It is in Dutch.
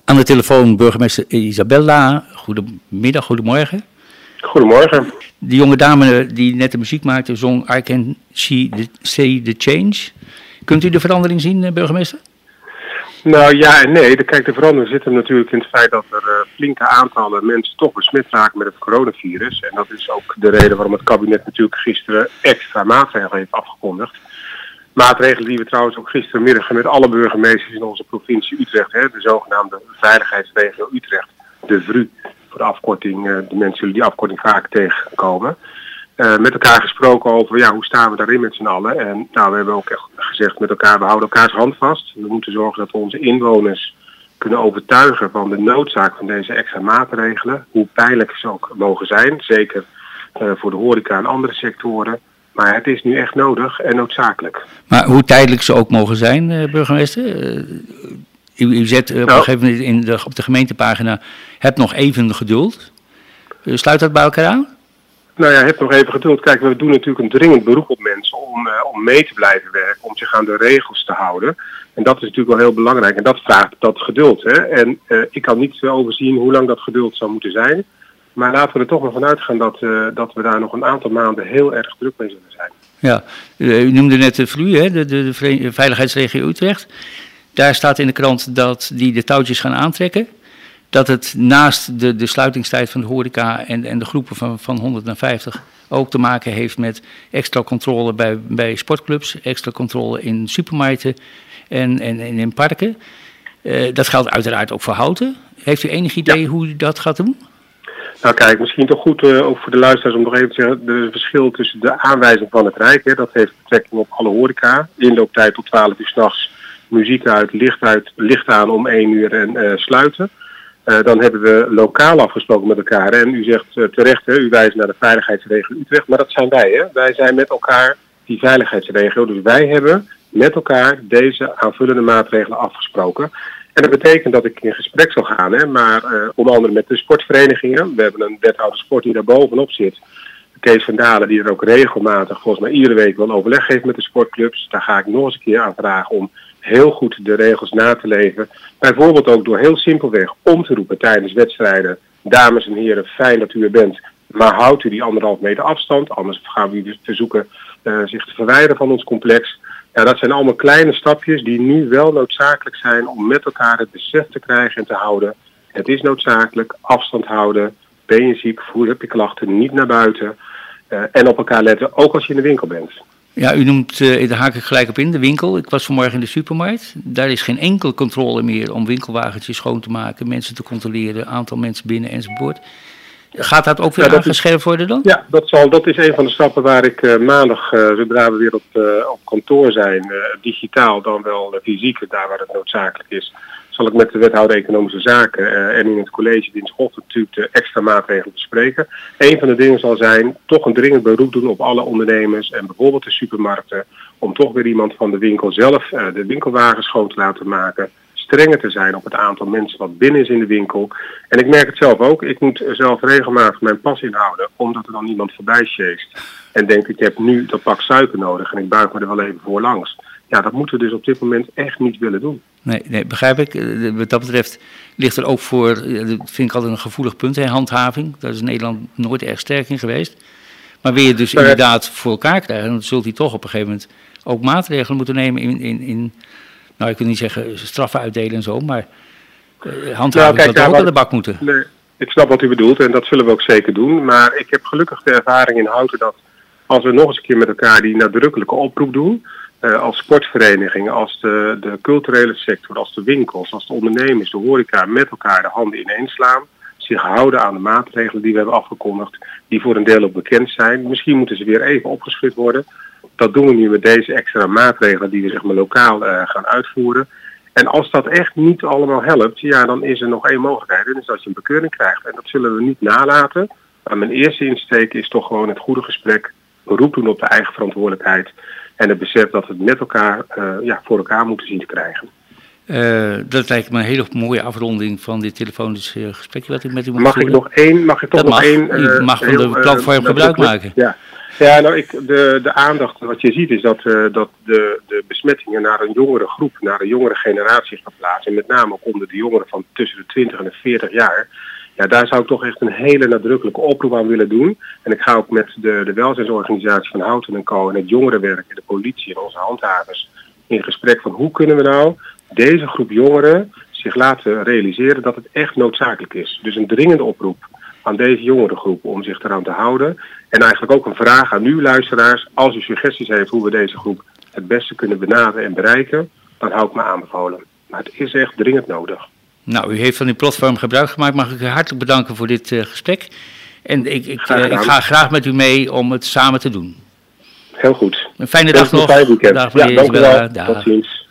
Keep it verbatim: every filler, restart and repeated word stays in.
Aan de telefoon burgemeester Isabella. Goedemiddag, goedemorgen. Goedemorgen. De jonge dame die net de muziek maakte zong I Can See the, see the Change. Kunt u de verandering zien, burgemeester? Nou ja en nee. Kijk, de verandering zit hem natuurlijk in het feit dat er uh, flinke aantallen mensen toch besmet raken met het coronavirus. En dat is ook de reden waarom het kabinet natuurlijk gisteren extra maatregelen heeft afgekondigd. Maatregelen die we trouwens ook gistermiddag met alle burgemeesters in onze provincie Utrecht, hè, de zogenaamde veiligheidsregio Utrecht, de V R U, voor de afkorting, uh, de mensen zullen die afkorting vaak tegenkomen. Uh, met elkaar gesproken over ja, hoe staan we daarin met z'n allen. En nou, we hebben ook echt gezegd met elkaar, we houden elkaars hand vast. We moeten zorgen dat we onze inwoners kunnen overtuigen van de noodzaak van deze extra maatregelen. Hoe pijnlijk ze ook mogen zijn, zeker uh, voor de horeca en andere sectoren. Maar het is nu echt nodig en noodzakelijk. Maar hoe tijdelijk ze ook mogen zijn, uh, burgemeester? Uh, u, u zet uh, op nou, een gegeven moment in de, op de gemeentepagina, heb nog even geduld. Uh, sluit dat bij elkaar aan? Nou ja, heb nog even geduld. Kijk, we doen natuurlijk een dringend beroep op mensen om, uh, om mee te blijven werken, om zich aan de regels te houden. En dat is natuurlijk wel heel belangrijk en dat vraagt dat geduld. Hè? En uh, ik kan niet overzien hoe lang dat geduld zou moeten zijn. Maar laten we er toch nog van uitgaan dat, uh, dat we daar nog een aantal maanden heel erg druk mee zullen zijn. Ja, u noemde net de V R U, hè, de, de, de veiligheidsregio Utrecht. Daar staat in de krant dat die de touwtjes gaan aantrekken. Dat het naast de, de sluitingstijd van de horeca en, en de groepen van, van honderdvijftig ook te maken heeft met extra controle bij, bij sportclubs, extra controle in supermarkten en, en, en in parken. Uh, dat geldt uiteraard ook voor Houten. Heeft u enig idee ja. hoe u dat gaat doen? Nou kijk, misschien toch goed uh, ook voor de luisteraars om nog even te zeggen, de verschil tussen de aanwijzing van het Rijk, hè, dat heeft betrekking op alle horeca, inlooptijd tot twaalf uur 's nachts, muziek uit, licht uit, licht aan om één uur en uh, sluiten. Uh, dan hebben we lokaal afgesproken met elkaar. Hè, en u zegt uh, terecht, hè, u wijst naar de veiligheidsregio Utrecht, maar dat zijn wij. Hè. Wij zijn met elkaar die veiligheidsregio, dus wij hebben met elkaar deze aanvullende maatregelen afgesproken. En dat betekent dat ik in gesprek zal gaan, hè, maar uh, onder andere met de sportverenigingen. We hebben een wethouder sport die daar bovenop zit. Kees van Dalen, die er ook regelmatig, volgens mij iedere week wel overleg heeft met de sportclubs. Daar ga ik nog eens een keer aan vragen om heel goed de regels na te leven. Bijvoorbeeld ook door heel simpelweg om te roepen tijdens wedstrijden. Dames en heren, fijn dat u er bent, maar houdt u die anderhalf meter afstand. Anders gaan we u verzoeken uh, zich te verwijderen van ons complex. Ja, dat zijn allemaal kleine stapjes die nu wel noodzakelijk zijn om met elkaar het besef te krijgen en te houden. Het is noodzakelijk, afstand houden, ben je ziek, voel heb je klachten, niet naar buiten. Uh, en op elkaar letten, ook als je in de winkel bent. Ja, u noemt, uh, daar haak ik gelijk op in, de winkel. Ik was vanmorgen in de supermarkt. Daar is geen enkele controle meer om winkelwagentjes schoon te maken, mensen te controleren, aantal mensen binnen enzovoort. Gaat dat ook weer ja, aangescherpt worden dan? Ja, dat, zal, dat is een van de stappen waar ik uh, maandag, uh, zodra we weer op, uh, op kantoor zijn, uh, digitaal dan wel uh, fysiek, daar waar het noodzakelijk is, zal ik met de wethouder Economische Zaken uh, en in het college dinsdagochtend natuurlijk de extra maatregelen bespreken. Een van de dingen zal zijn toch een dringend beroep doen op alle ondernemers en bijvoorbeeld de supermarkten, om toch weer iemand van de winkel zelf uh, de winkelwagen schoon te laten maken. Strenger te zijn op het aantal mensen wat binnen is in de winkel. En ik merk het zelf ook. Ik moet zelf regelmatig mijn pas inhouden, omdat er dan iemand voorbij sjeest en denkt ik heb nu dat pak suiker nodig en ik buig me er wel even voor langs. Ja, dat moeten we dus op dit moment echt niet willen doen. Nee, nee, begrijp ik. Wat dat betreft ligt er ook voor, dat vind ik altijd een gevoelig punt, hè, handhaving. Daar is Nederland nooit erg sterk in geweest. Maar wil je dus maar inderdaad voor elkaar krijgen, dan zult hij toch op een gegeven moment ook maatregelen moeten nemen in, in, in nou ik wil niet zeggen straffen uitdelen en zo, maar uh, handhaving nou, zal ook aan de bak moeten. Nee, ik snap wat u bedoelt en dat zullen we ook zeker doen. Maar ik heb gelukkig de ervaring in Houten dat als we nog eens een keer met elkaar die nadrukkelijke oproep doen, Uh, als sportverenigingen, als de, de culturele sector, als de winkels, als de ondernemers, de horeca met elkaar de handen ineens slaan, zich houden aan de maatregelen die we hebben afgekondigd, die voor een deel ook bekend zijn. Misschien moeten ze weer even opgeschud worden. Dat doen we nu met deze extra maatregelen die we zeg maar lokaal uh, gaan uitvoeren. En als dat echt niet allemaal helpt, ja, dan is er nog één mogelijkheid en dat is dat je een bekeuring krijgt. En dat zullen we niet nalaten. Maar mijn eerste insteek is toch gewoon het goede gesprek, beroep doen op de eigen verantwoordelijkheid. En het besef dat we het met elkaar uh, ja, voor elkaar moeten zien te krijgen. Uh, dat lijkt me een hele mooie afronding van dit telefonische gesprekje wat ik met u moet Mag voeren. ik nog één? Mag ik toch dat nog mag. één? Uh, u mag van heel, de platform uh, gebruik maken. Ja. Ja, nou, ik, de, de aandacht, wat je ziet is dat, uh, dat de, de besmettingen naar een jongere groep, naar een jongere generatie gaan plaatsen. En met name ook onder de jongeren van tussen de twintig en de veertig jaar. Ja, daar zou ik toch echt een hele nadrukkelijke oproep aan willen doen. En ik ga ook met de, de welzijnsorganisatie van Houten en Co. en het jongerenwerk en de politie en onze handhavers in gesprek van hoe kunnen we nou deze groep jongeren zich laten realiseren dat het echt noodzakelijk is. Dus een dringende oproep aan deze jongerengroep om zich eraan te houden. En eigenlijk ook een vraag aan u luisteraars. Als u suggesties heeft hoe we deze groep het beste kunnen benaderen en bereiken, dan hou ik me aanbevolen. Maar het is echt dringend nodig. Nou, u heeft van uw platform gebruik gemaakt. Mag ik u hartelijk bedanken voor dit uh, gesprek. En ik, ik, uh, ik ga graag met u mee om het samen te doen. Heel goed. Een fijne dag nog. Een fijn weekend. Dag, ja, dank u wel. Tot ziens.